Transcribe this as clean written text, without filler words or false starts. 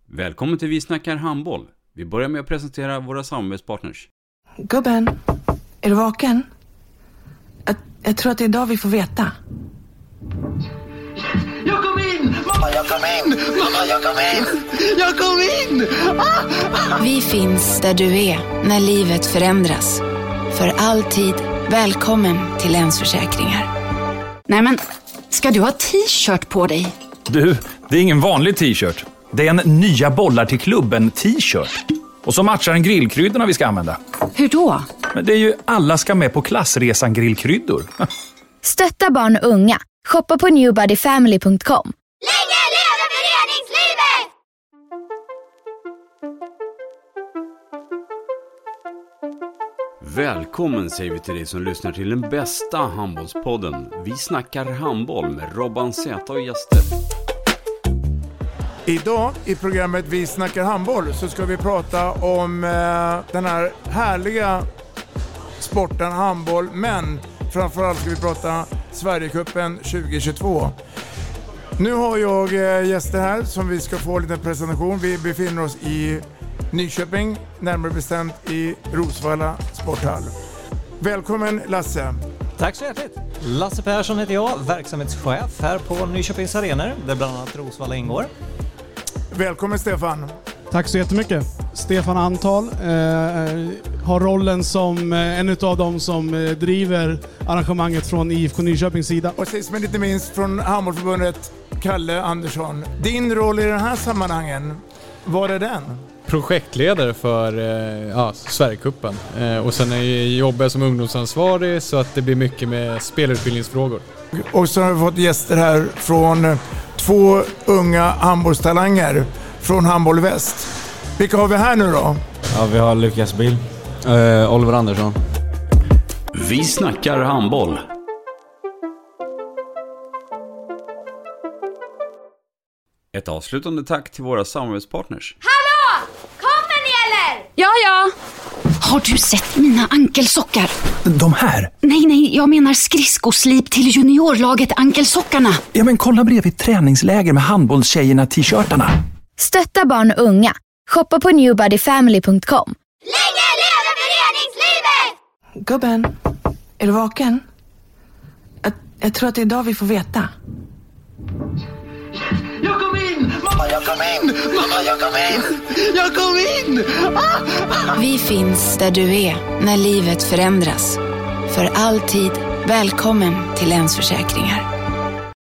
Välkommen till Vi snackar handboll. Vi börjar med att presentera våra samarbetspartners. Gubben, är du vaken? Jag tror att det är idag vi får veta. Jag kom in! Mamma, jag kom in! Mamma, jag kom in! Jag kom in! Vi finns där du är när livet förändras. För alltid välkommen till Länsförsäkringar. Nej men, ska du ha t-shirt på dig? Du, det är ingen vanlig t-shirt. Det är en nya bollar till klubben t-shirt. Och så matchar den grillkryddorna vi ska använda. Hur då? Men det är ju alla ska med på klassresan grillkryddor. Stötta barn och unga. Shoppa på newbodyfamily.com. Länge leve föreningslivet! Välkommen säger vi till dig som lyssnar till den bästa handbollspodden. Vi snackar handboll med Robban Z och gäster. Idag i programmet Vi snackar handboll så ska vi prata om den här härliga sporten handboll, men framförallt ska vi prata Sverigecupen 2022. Nu har jag gäster här som vi ska få en liten presentation. Vi befinner oss i Nyköping, närmare bestämt i Rosvalla sporthall. Välkommen Lasse. Tack så hjärtligt. Lasse Persson heter jag, verksamhetschef här på Nyköpings arenor, där bland annat Rosvalla ingår. Välkommen Stefan. Tack så jättemycket. Stefan Antal har rollen som en av dem som driver arrangemanget från IFK Nyköpings sida. Och sist men inte minst från Handbollförbundet, Kalle Andersson. Din roll i den här sammanhangen, vad är den? Projektledare för Sverigecupen. Och sen jobbar jag som ungdomsansvarig så att det blir mycket med spelutbildningsfrågor. Och så har vi fått gäster här från två unga handbollstalanger från Handboll Väst. Vilka har vi här nu då? Ja, vi har Lukas Bill. Oliver Andersson. Vi snackar handboll. Ett avslutande tack till våra samarbetspartners. Hallå! Kommer ni eller? Ja. Har du sett mina ankelsockar? De här? Nej, jag menar skridskoslip till juniorlaget Ankelsockarna. Ja, men kolla bredvid träningsläger med handbollstjejerna t-shirtarna. Stötta barn och unga. Shoppa på newbodyfamily.com. Länge leve föreningslivet! Gubben, är du vaken? Jag tror att det är idag vi får veta. Jag kom in! Mamma, jag kom in! Mamma, jag kom in! Jag kom in! Vi finns där du är när livet förändras. För alltid välkommen till Länsförsäkringar.